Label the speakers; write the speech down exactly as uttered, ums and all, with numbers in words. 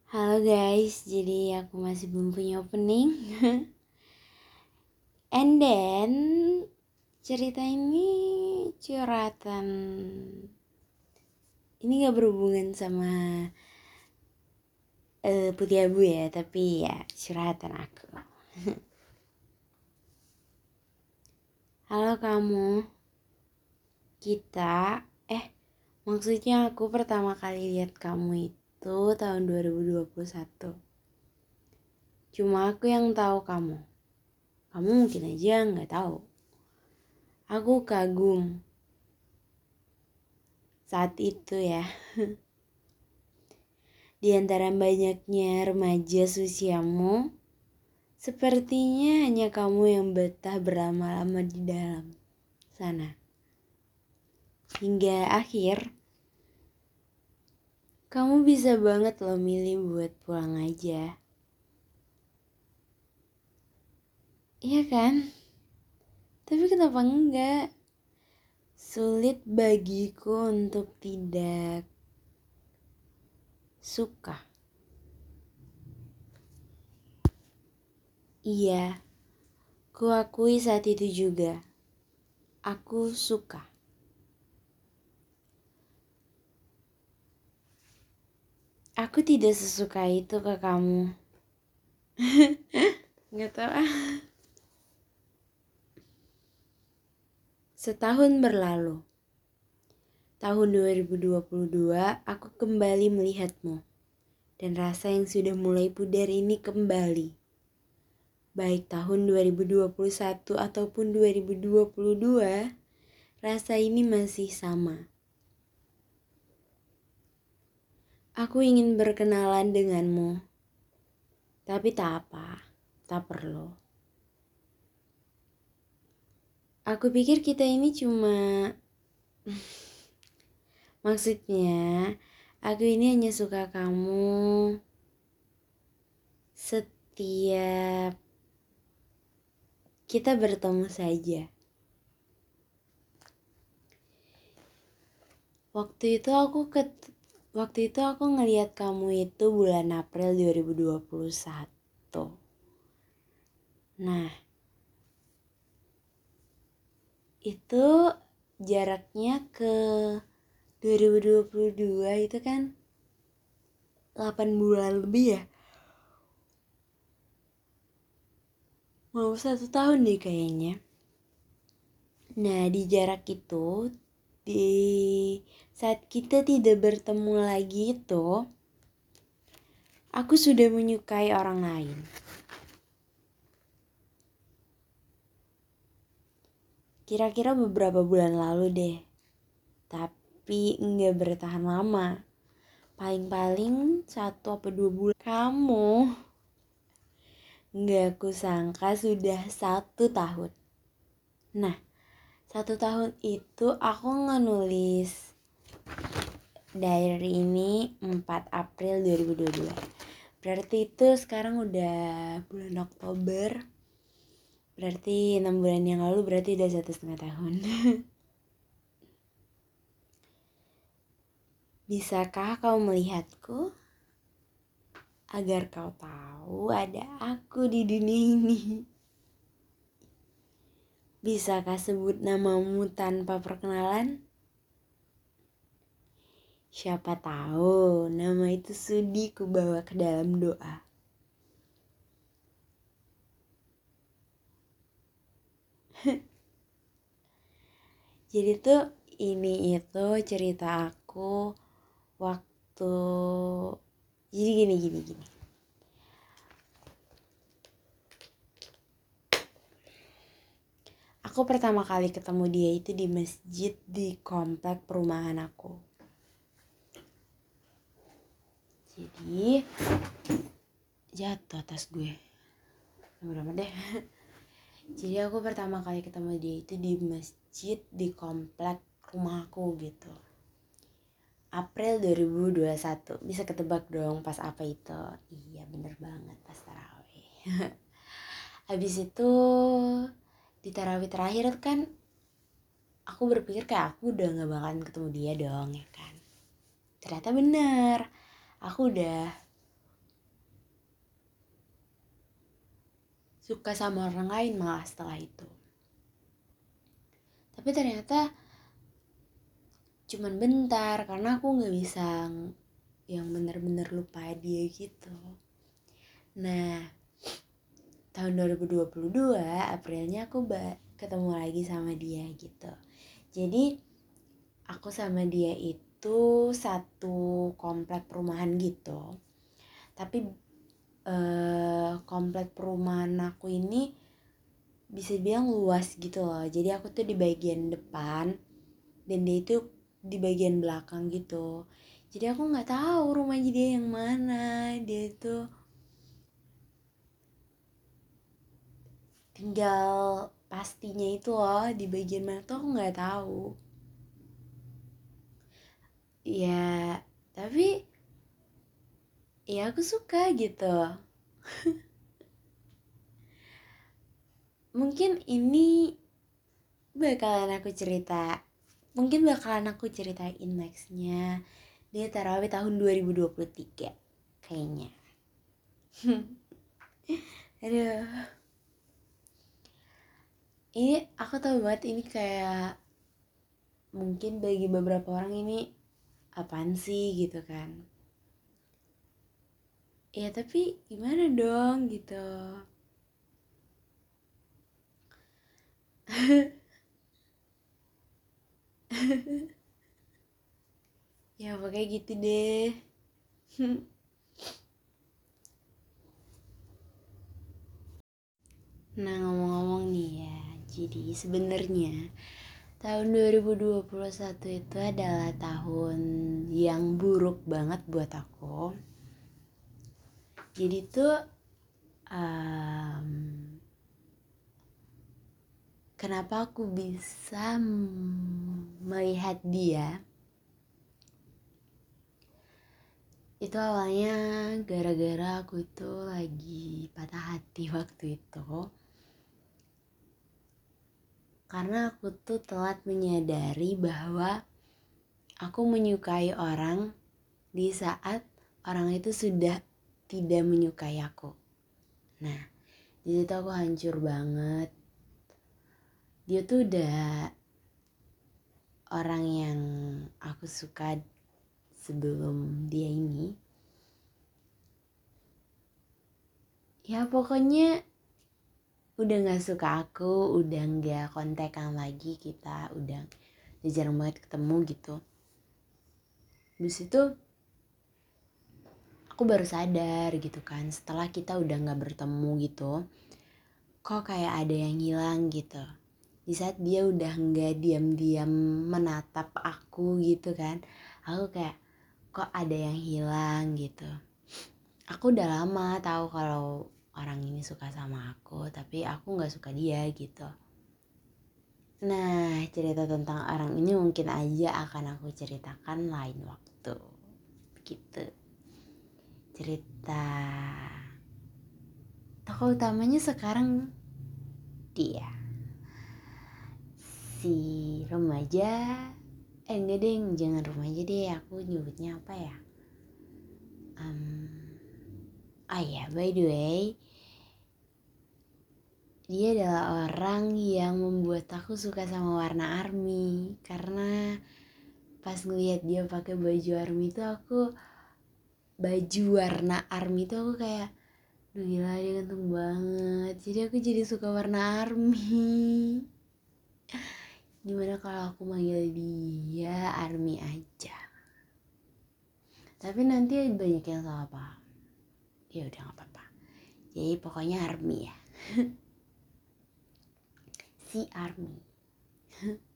Speaker 1: Halo guys, jadi aku masih belum punya opening. And then cerita ini curhatan. Ini gak berhubungan sama uh, Putih Abu ya, tapi ya curhatan aku. Halo kamu, kita, eh maksudnya aku pertama kali lihat kamu itu tahun dua ribu dua puluh satu. Cuma aku yang tahu kamu. Kamu mungkin aja nggak tahu. Aku kagum saat itu ya. Di antara banyaknya remaja seusiamu, sepertinya hanya kamu yang betah berlama-lama di dalam sana. Hingga akhir, kamu bisa banget loh milih buat pulang aja. Iya kan? Tapi kenapa enggak? Sulit bagiku untuk tidak suka. Iya, kuakui saat itu juga. Aku suka. Aku tidak sesuka itu ke kamu. Nggak tahu ah. Setahun berlalu. Tahun dua ribu dua puluh dua, aku kembali melihatmu. Dan rasa yang sudah mulai pudar ini kembali. Baik tahun dua ribu dua puluh satu ataupun dua ribu dua puluh dua, rasa ini masih sama. Aku ingin berkenalan denganmu. Tapi tak apa, tak perlu. Aku pikir kita ini cuma... Maksudnya, aku ini hanya suka kamu setiap kita bertemu saja. Waktu itu aku ke waktu itu aku ngelihat kamu itu bulan April dua ribu dua puluh satu. Nah, itu jaraknya ke dua ribu dua puluh dua itu kan delapan bulan lebih ya. Mau satu tahun deh kayaknya. Nah, di jarak itu, di saat kita tidak bertemu lagi itu, aku sudah menyukai orang lain. Kira-kira beberapa bulan lalu deh. Tapi enggak bertahan lama. Paling-paling satu apa dua bulan. Kamu enggak aku sangka sudah satu tahun. Nah, satu tahun itu aku ngenulis diary ini empat April dua ribu dua puluh dua. Berarti itu sekarang udah bulan Oktober. Berarti enam bulan yang lalu berarti udah satu setengah tahun. Bisakah kau melihatku? Agar kau tahu ada aku di dunia ini. Bisakah sebut namamu tanpa perkenalan? Siapa tahu nama itu sudi ku bawa ke dalam doa. Jadi tuh ini itu cerita aku waktu jadi gini gini gini. Aku pertama kali ketemu dia itu di masjid di komplek perumahan aku. Jadi jatuh tas gue. Berapa deh? Jadi aku pertama kali ketemu dia itu di masjid di komplek rumahku gitu. April dua ribu dua puluh satu. Bisa ketebak dong pas apa itu? Iya bener banget pas tarawih. Habis itu di tarawih terakhir kan aku berpikir kayak aku udah gak bakalan ketemu dia dong ya kan. Ternyata bener. Aku udah suka sama orang lain malah setelah itu. Tapi ternyata cuman bentar, karena aku gak bisa yang bener-bener lupa dia gitu. Nah, tahun dua ribu dua puluh dua Aprilnya aku ba- ketemu lagi sama dia gitu. Jadi aku sama dia itu satu komplek perumahan gitu. Tapi eh, komplek perumahan aku ini bisa bilang luas gitu loh. Jadi aku tuh di bagian depan dan dia itu di bagian belakang gitu. Jadi aku nggak tahu rumahnya dia yang mana. Dia itu tinggal pastinya itu loh di bagian mana tuh aku nggak tahu. Ya, tapi ya aku suka gitu. Mungkin ini bakalan aku cerita, mungkin bakalan aku ceritain nextnya dia tarawih tahun dua ribu dua puluh tiga kayaknya. Aduh, ini aku tahu banget ini kayak mungkin bagi beberapa orang ini apaan sih gitu kan. Ya tapi gimana dong gitu. Ya pokoknya gitu deh. Nah, ngomong-ngomong nih ya, jadi sebenarnya tahun dua ribu dua puluh satu itu adalah tahun yang buruk banget buat aku. Jadi tuh um, kenapa aku bisa melihat dia itu awalnya gara-gara aku itu lagi patah hati waktu itu. Karena aku tuh telat menyadari bahwa aku menyukai orang di saat orang itu sudah tidak menyukai aku. Nah, di situ aku hancur banget. Dia tuh udah orang yang aku suka sebelum dia ini. Ya pokoknya udah gak suka aku, udah gak kontekan lagi kita, udah, udah jarang banget ketemu gitu. Terus itu aku baru sadar gitu kan, setelah kita udah gak bertemu gitu, kok kayak ada yang hilang gitu. Di saat dia udah gak diam-diam menatap aku gitu kan, aku kayak kok ada yang hilang gitu. Aku udah lama tahu kalau orang ini suka sama aku, tapi aku gak suka dia gitu. Nah, cerita tentang orang ini mungkin aja akan aku ceritakan lain waktu. Gitu. Cerita tokoh utamanya sekarang dia. Si remaja, eh enggak deh, jangan remaja deh, aku nyebutnya apa ya? Um, ah ya, by the way, dia adalah orang yang membuat aku suka sama warna army. Karena pas ngeliat dia pakai baju army itu aku, baju warna army itu aku kayak, duh gila dia ganteng banget. Jadi aku jadi suka warna army. Gimana kalau aku manggil dia army aja? Tapi nanti banyak yang salah paham. Ya udah nggak apa-apa. Jadi pokoknya army ya. Si army.